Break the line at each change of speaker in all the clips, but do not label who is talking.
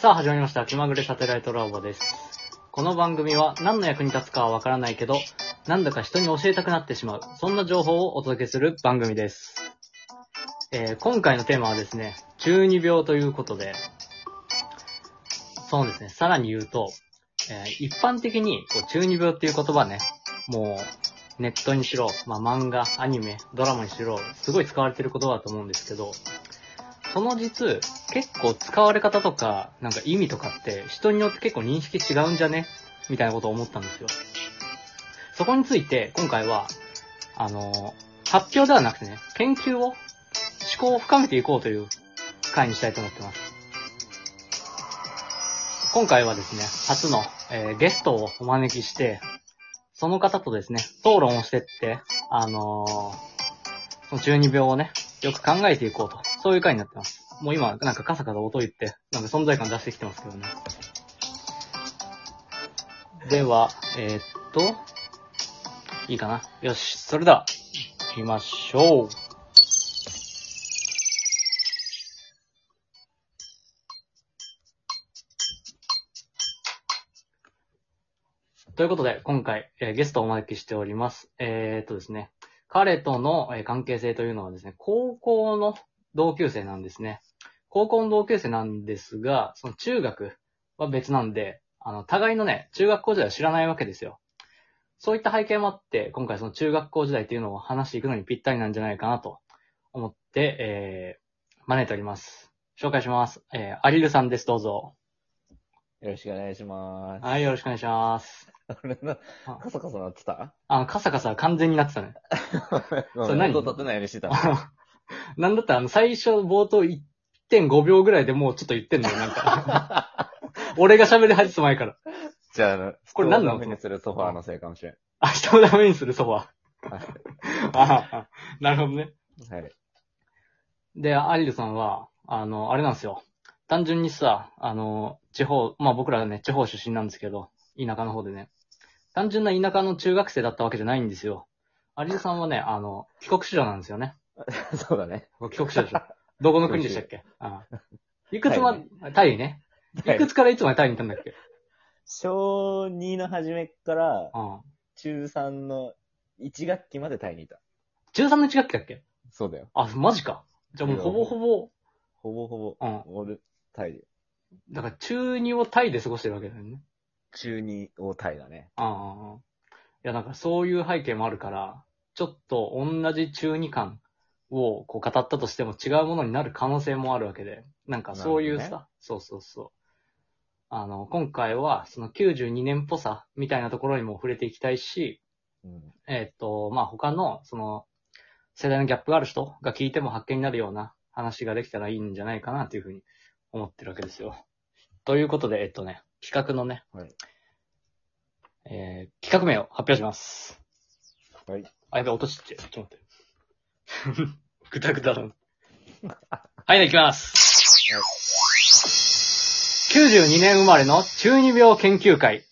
さあ始まりました。気まぐれサテライトラボです。この番組は何の役に立つかはわからないけど、なんだか人に教えたくなってしまう、そんな情報をお届けする番組です。今回のテーマはですね、中二病ということで、そうですね、さらに言うと、一般的に中二病っていう言葉ね、もうネットにしろ、漫画、アニメ、ドラマにしろ、すごい使われてる言葉だと思うんですけど、その実、結構使われ方とか、なんか意味とかって人によって結構認識違うんじゃねみたいなことを思ったんですよ。そこについて今回は、発表ではなくてね、研究を、思考を深めていこうという回にしたいと思ってます。今回はですね、初の、ゲストをお招きして、その方とですね、討論をしてって、その中二病をね、よく考えていこうと。そういう回になってます。もう今、なんかカサカサ音言って、なんか存在感出してきてますけどね。では、いいかな。よし、それでは、行きましょう。ということで、今回、ゲストをお招きしております。ですね、彼との関係性というのはですね、高校の同級生なんですね。高校の同級生なんですが、その中学は別なんで、互いのね、中学校時代は知らないわけですよ。そういった背景もあって、今回その中学校時代っていうのを話していくのにぴったりなんじゃないかなと思って、招いております。紹介します。アリルさんです、どうぞ。
よろしくお願いします。
はい、よろしくお願いします。
俺の、カサカサなってた
カサカサ完全になってたね。
ごめん、
それ何
音立てないようにしてたの。
なんだったら最初冒頭1.5秒ぐらいでもうちょっと言ってんのよ、なんか。俺が喋り始めた前から。
じゃあ、
これ何なの
人をダメにするソファーのせいかもしれん。
人をダメにするそば。
は
なるほどね。
い。はい。
で、アリルさんは、あれなんですよ。単純にさ、地方、僕らね、地方出身なんですけど、田舎の方でね。単純な田舎の中学生だったわけじゃないんですよ。アリルさんはね、帰国子女なんですよね。
そうだね。
帰国子女でしょ。どこの国でしたっけいくつまで、タイね。いくつからいつまでタイにいたんだっけ
小2の初めから
うん。
中3の1学期までタイにいた。
中3の1学期だっけ
そうだよ。
マジか。じゃあもうほぼほぼ、
ほぼほぼ、俺、タイで。
だから中2をタイで過ごしてるわけだよね。
中2をタイだね。
いや、なんかそういう背景もあるから、ちょっと同じ中二感をこう語ったとしても違うものになる可能性もあるわけで、なんかそういうさ、
なる
そうそうそう。今回はその92年っぽさみたいなところにも触れていきたいし、他のその世代のギャップがある人が聞いても発見になるような話ができたらいいんじゃないかなというふうに思ってるわけですよ。ということで、企画のね、
はい。
企画名を発表します。
はい。
やべ、音ちっちゃい。ちょっと待って。ぐたぐただ。はい、で、いきます。92年生まれの中二病研究会。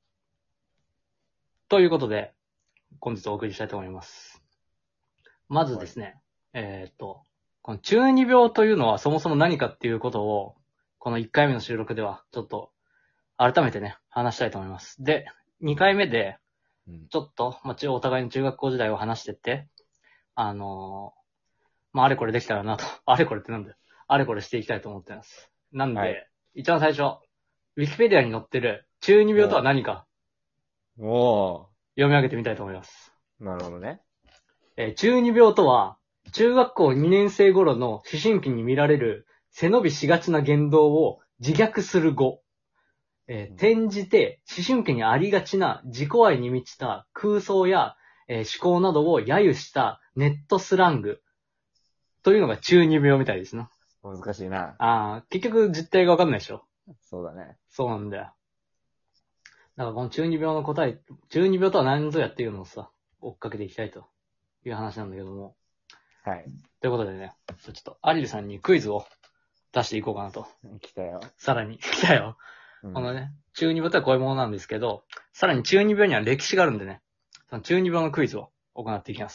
ということで、本日お送りしたいと思います。まずですね、この中二病というのはそもそも何かっていうことを、この1回目の収録では、ちょっと、改めてね、話したいと思います。で、2回目で、ちょっと、お互いの中学校時代を話してって、あれこれできたらなと。あれこれってなんだよ。あれこれしていきたいと思ってます。なんで、
はい、
一番最初、ウィキペディアに載ってる中二病とは何か、
お
読み上げてみたいと思います。
なるほどね。
中二病とは、中学校2年生頃の思春期に見られる背伸びしがちな言動を自虐する語。転じて思春期にありがちな自己愛に満ちた空想や、思考などを揶揄したネットスラングというのが中二病みたいですね。
難しいな。
結局実態がわかんないでしょ。
そうだね。
そうなんだよ。だからこの中二病の答え、中二病とは何ぞやっていうのをさ、追っかけていきたいという話なんだけども。
はい。
ということでね、ちょっとアリルさんにクイズを出していこうかなと。
来たよ。
さらに、来たよ。このね、中二病とはこういうものなんですけど、さらに中二病には歴史があるんでね、その中二病のクイズを行っていきます。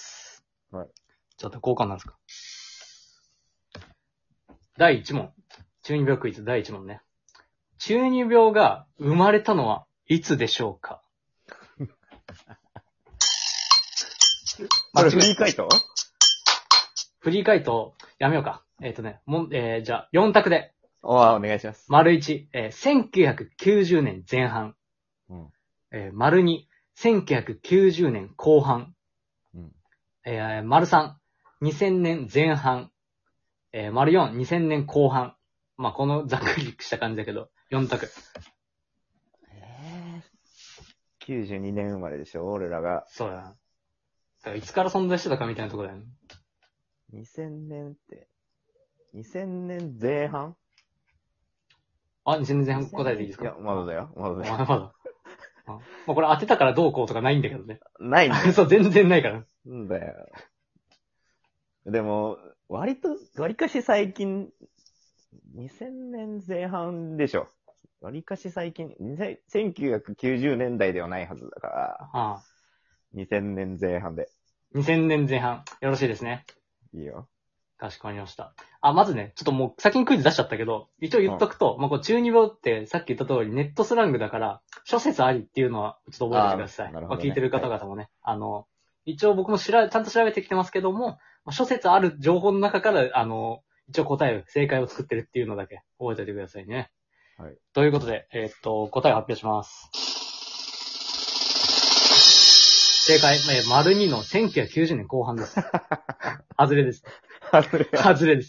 はい。
ちょっと交換なんですか。第1問。中二病クイズ第1問ね。 中二病が生まれたのはいつでしょうか？
これフリー回答？
フリー回答、やめようか。じゃあ、4択で。
お願いします。
丸1、1990年前半。
うん。
丸2、1990年後半。
うん。
丸3、2000年前半。丸4、2000年後半。まあ、このざっくりした感じだけど、4択。
92年生まれでしょ、俺らが。
そうだな。だからいつから存在してたかみたいなところだよね。
2000年って、2000年前半？
あ、2000年前半答えていいですか？
いや、まだだよ。まだだよ。
まだ。まあ、これ当てたからどうこうとかないんだけどね。
ないんだよ。
そう、全然ないから。
んだよ。でも、割かし最近、2000年前半でしょ。割かし最近、1990年代ではないはずだから、
ああ
2000年前半で。
2000年前半。よろしいですね。
いいよ。
かしこまりました。まずね、ちょっともう先にクイズ出しちゃったけど、一応言っとくと、まあ、こう中二病ってさっき言った通りネットスラングだから、諸説ありっていうのはちょっと覚えててください。
なるほどね
まあ、聞いてる方々もね。一応僕もちゃんと調べてきてますけども、まあ、諸説ある情報の中から、一応正解を作ってるっていうのだけ覚えておいてくださいね。
はい。
ということで、答えを発表します。正解、丸2の1990年後半です。外れです。外れです。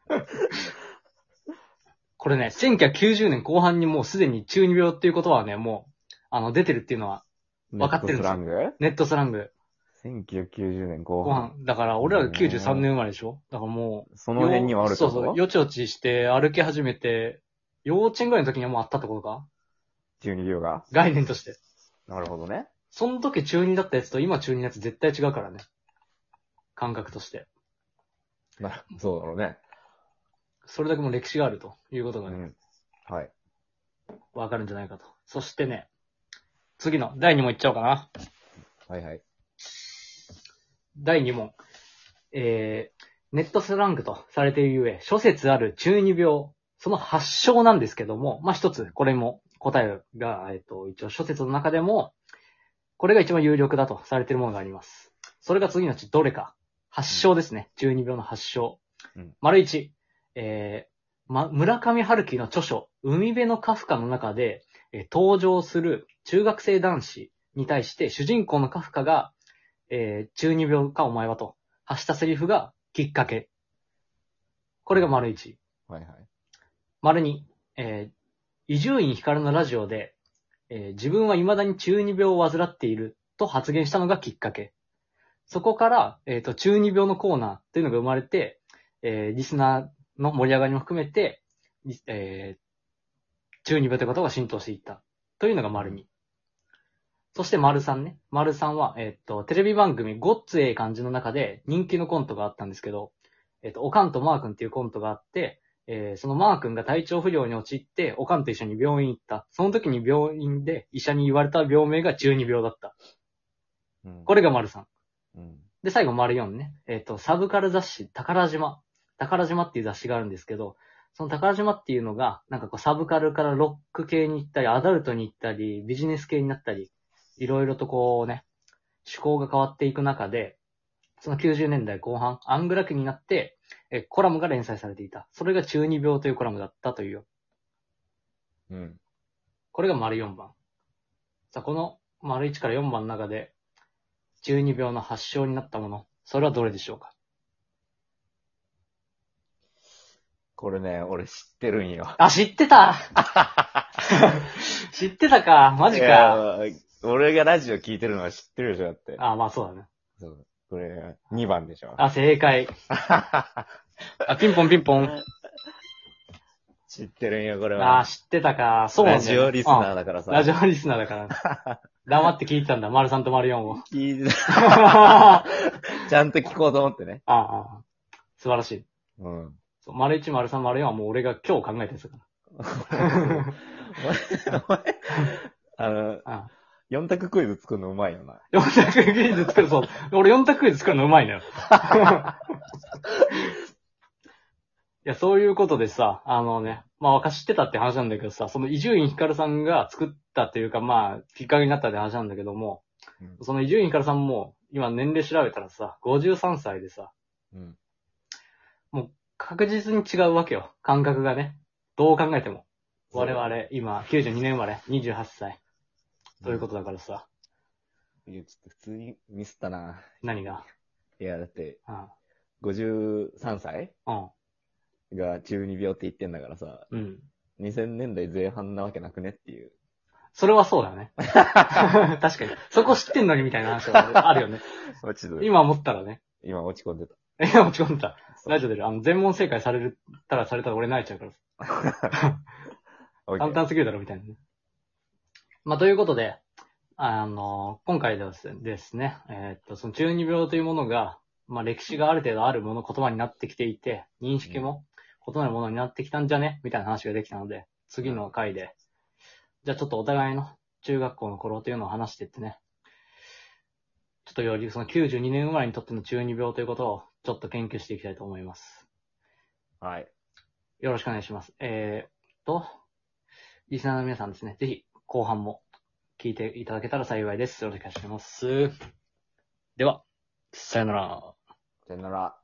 これね、1990年後半にもうすでに中二病っていう言葉はね、もう、出てるっていうのは分かってるんですよ。ネットスラング
?1990 年後
後
半。
半。だから俺らが93年生まれでしょ？だからもう、
その辺にはあるってこと？
そうそう、よちよちして歩き始めて、幼稚園ぐらいの時にはもうあったってことか？
中二病が？
概念として。
なるほどね。
その時中二だったやつと今中二のやつ絶対違うからね。感覚として。
そうだろうね。
それだけもう歴史があるということがね、
うん。はい。
わかるんじゃないかと。そしてね、次の第2問いっちゃおうかな。
はいはい。
第2問。ネットスラングとされているゆえ、諸説ある中二病、その発祥なんですけども、まあ、一つ、これも答えが、一応諸説の中でも、これが一番有力だとされているものがあります。それが次のうちどれか。発祥ですね。中二病の発祥。丸一、村上春樹の著書、海辺のカフカの中で、登場する中学生男子に対して主人公のカフカが、中二病かお前はと発したセリフがきっかけ。これが丸一。
はいはい。
丸二、伊集院光のラジオで、自分は未だに中二病を患っていると発言したのがきっかけ。そこから、中二病のコーナーというのが生まれて、リスナーの盛り上がりも含めて、中二病ということが浸透していった。というのが丸2。そして丸3ね。丸3は、テレビ番組ごっつええ感じの中で人気のコントがあったんですけど、おかんとマー君っていうコントがあって、そのマー君が体調不良に陥って、おかんと一緒に病院行った。その時に病院で医者に言われた病名が中二病だった。これが丸3。で、最後丸4ね。サブカル雑誌、宝島。宝島っていう雑誌があるんですけど、その宝島っていうのが、なんかこうサブカルからロック系に行ったり、アダルトに行ったり、ビジネス系になったり、いろいろとこうね、趣向が変わっていく中で、その90年代後半、アングラ期になって、コラムが連載されていた。それが中二病というコラムだったという。これが丸4番。さあ、この丸1から4番の中で、中二病の発祥になったもの、それはどれでしょうか？
これね、俺知ってるんよ。
あ、知ってた知ってたか。マジか。
俺がラジオ聞いてるのは知ってるでしょ、だって。
あ、まあそうだね。
そう。これ、2番でしょ。
あ、正解。ピンポンピンポン。
知ってるんよ、これは。
あ、知ってたか。そうなんだよ、
ラジオリスナーだからさ。
ラジオリスナーだから。黙って聞いてたんだ、丸3と丸4を。
聞いてた。ちゃんと聞こうと思ってね。
素晴らしい。そう、丸1、丸3、丸4はもう俺が今日考えたやつだ
から。4択クイズ作るのうまいよな。
4択クイズ作る、そう。俺4択クイズ作るのうまいのよ。 や、そういうことでさ、まあ、知ってたって話なんだけどさ、その伊集院光さんが作ったっていうか、まあ、きっかけになったって話なんだけども、その伊集院光さんも、今年齢調べたらさ、53歳でさ、
うん。
もう確実に違うわけよ。感覚がね。どう考えても。我
そうだ
々、今、92年生まれ、28歳。ということだからさ、
いや、ちょっと普通にミスったな。
何が
いや、だって、
うん。
53歳
うん。
が中二病って言ってんだからさ、
うん。
2000年代前半なわけなくねっていう。
それはそうだね。確かに。そこ知ってんのにみたいな話はあるよね。
ちょっと
今思ったらね。
今落ち込んでた。
今落ち込んだ。
そう
ラジオで、全問正解されたら俺泣いちゃうからさ。簡単すぎるだろみたいなね。まあ、ということで、今回ではですね、その中二病というものが、まあ、歴史がある程度あるもの、言葉になってきていて、認識も異なるものになってきたんじゃねみたいな話ができたので、次の回で、じゃあちょっとお互いの中学校の頃というのを話していってね、ちょっとよりその92年生まれにとっての中二病ということをちょっと研究していきたいと思います。
はい。
よろしくお願いします。リスナーの皆さんですね、ぜひ後半も聞いていただけたら幸いです。よろしくお願いします。では、さよなら。
さよなら。